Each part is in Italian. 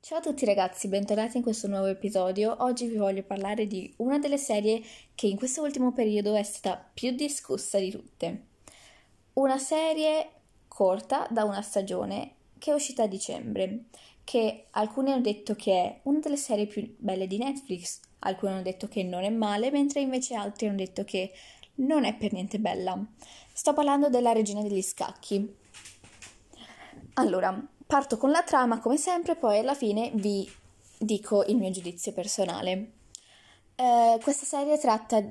Ciao a tutti ragazzi, bentornati in questo nuovo episodio. Oggi vi voglio parlare di una delle serie che in questo ultimo periodo è stata più discussa di tutte. Una serie corta da una stagione che è uscita a dicembre, che alcuni hanno detto che è una delle serie più belle di Netflix, alcuni hanno detto che non è male, mentre invece altri hanno detto che non è per niente bella. Sto parlando della Regina degli Scacchi. Allora, parto con la trama come sempre, poi alla fine vi dico il mio giudizio personale. Questa serie tratta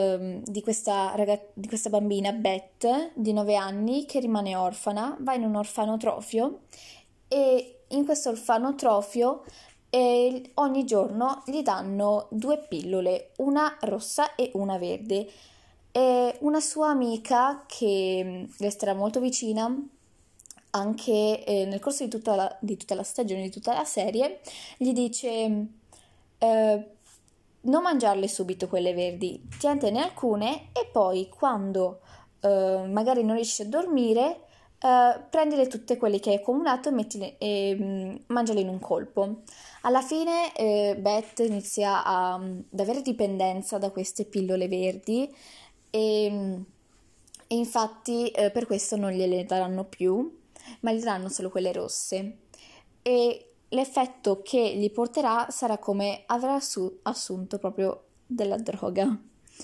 di questa bambina Beth di 9 anni che rimane orfana, va in un orfanotrofio e in questo orfanotrofio ogni giorno gli danno due pillole, una rossa e una verde. E una sua amica che le starà molto vicina anche nel corso di tutta la stagione, di tutta la serie, gli dice non mangiarle subito quelle verdi, tientene alcune e poi quando magari non riesci a dormire, prendile tutte quelle che hai accumulato e mangiale in un colpo. Alla fine Beth inizia ad avere dipendenza da queste pillole verdi e, e infatti per questo non gliele daranno più, ma gli daranno solo quelle rosse. E l'effetto che gli porterà sarà come avrà assunto proprio della droga.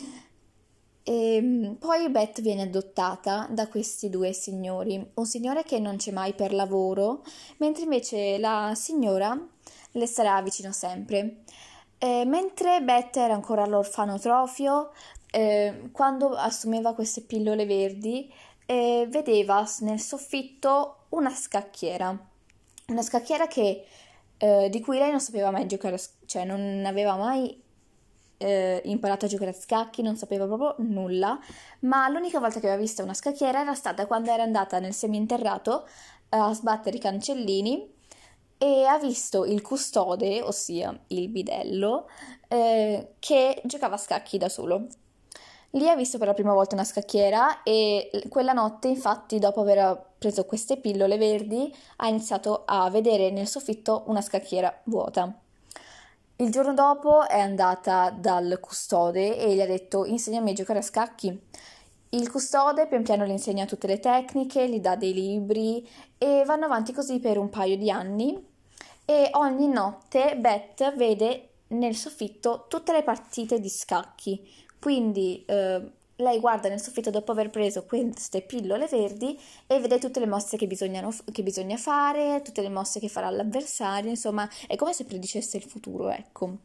E poi Beth viene adottata da questi due signori, un signore che non c'è mai per lavoro, mentre invece la signora le starà vicino sempre. Mentre Beth era ancora all'orfanotrofio, quando assumeva queste pillole verdi, vedeva nel soffitto una scacchiera di cui lei non sapeva mai giocare, cioè non aveva mai imparato a giocare a scacchi, non sapeva proprio nulla, ma l'unica volta che aveva visto una scacchiera era stata quando era andata nel seminterrato a sbattere i cancellini e ha visto il custode, ossia il bidello, che giocava a scacchi da solo. Lì ha visto per la prima volta una scacchiera e quella notte, infatti, dopo aver preso queste pillole verdi, ha iniziato a vedere nel soffitto una scacchiera vuota. Il giorno dopo è andata dal custode e gli ha detto: insegnami a giocare a scacchi. Il custode pian piano le insegna tutte le tecniche, gli dà dei libri e vanno avanti così per un paio di anni e ogni notte Beth vede nel soffitto tutte le partite di scacchi. Quindi lei guarda nel soffitto dopo aver preso queste pillole verdi e vede tutte le mosse che bisogna fare, tutte le mosse che farà l'avversario, insomma, è come se predicesse il futuro, ecco.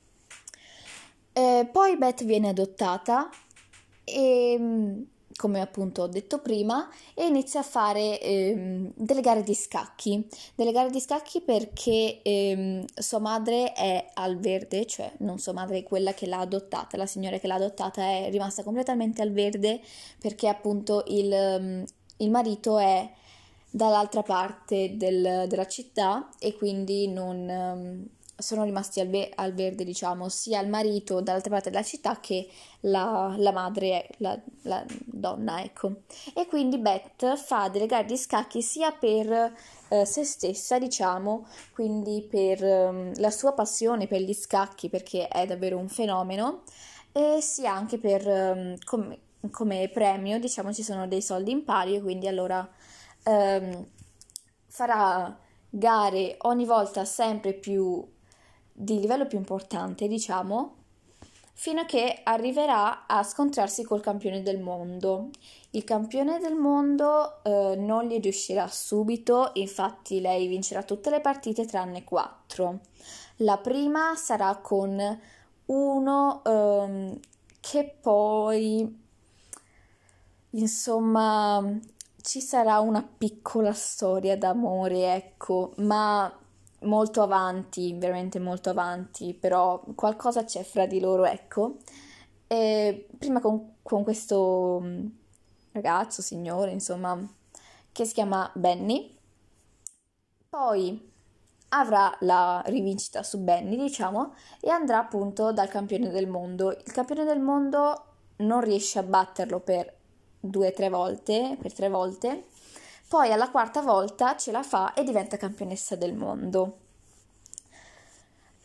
Poi Beth viene adottata e, come appunto ho detto prima, e inizia a fare delle gare di scacchi perché sua madre è al verde, cioè non sua madre è quella che l'ha adottata, la signora che l'ha adottata è rimasta completamente al verde perché appunto il marito è dall'altra parte della città e quindi non sono rimasti al verde, diciamo, sia il marito dall'altra parte della città che la madre, la donna, ecco. E quindi Beth fa delle gare di scacchi sia per se stessa, diciamo, quindi per la sua passione per gli scacchi, perché è davvero un fenomeno, e sia anche per come premio, diciamo, ci sono dei soldi in palio, quindi allora ehm, farà gare ogni volta sempre più di livello più importante, diciamo, fino a che arriverà a scontrarsi col campione del mondo. Il campione del mondo non gli riuscirà subito, infatti lei vincerà tutte le partite tranne 4. La prima sarà con uno che poi, insomma, ci sarà una piccola storia d'amore, ecco, ma molto avanti, veramente molto avanti, però qualcosa c'è fra di loro, ecco. E prima con questo ragazzo, signore, insomma, che si chiama Benny, poi avrà la rivincita su Benny, diciamo, e andrà appunto dal campione del mondo. Il campione del mondo non riesce a batterlo per 2 o 3 volte, per 3 volte, poi alla quarta volta ce la fa e diventa campionessa del mondo.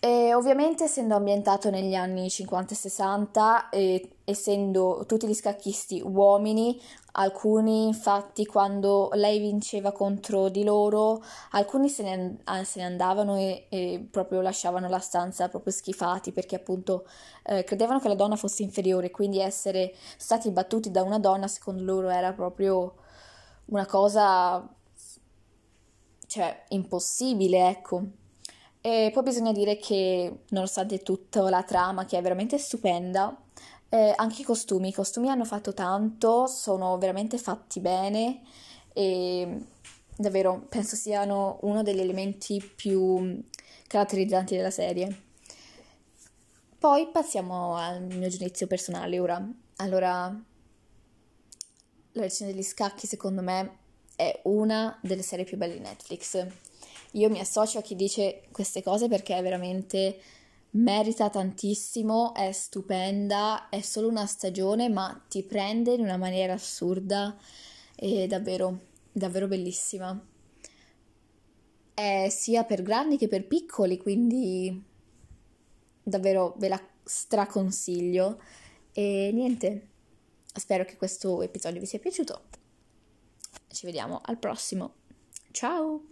E ovviamente essendo ambientato negli anni 50 e 60 e essendo tutti gli scacchisti uomini, alcuni infatti quando lei vinceva contro di loro, alcuni se ne andavano e proprio lasciavano la stanza proprio schifati perché appunto credevano che la donna fosse inferiore, quindi essere stati battuti da una donna secondo loro era proprio una cosa, cioè, impossibile, ecco. E poi bisogna dire che, nonostante tutta la trama, che è veramente stupenda, anche i costumi hanno fatto tanto, sono veramente fatti bene e davvero penso siano uno degli elementi più caratterizzanti della serie. Poi passiamo al mio giudizio personale ora. Allora, la versione degli scacchi, secondo me, è una delle serie più belle di Netflix. Io mi associo a chi dice queste cose perché veramente merita tantissimo, è stupenda, è solo una stagione, ma ti prende in una maniera assurda e davvero, davvero bellissima. È sia per grandi che per piccoli, quindi davvero ve la straconsiglio. E niente, spero che questo episodio vi sia piaciuto. Ci vediamo al prossimo. Ciao!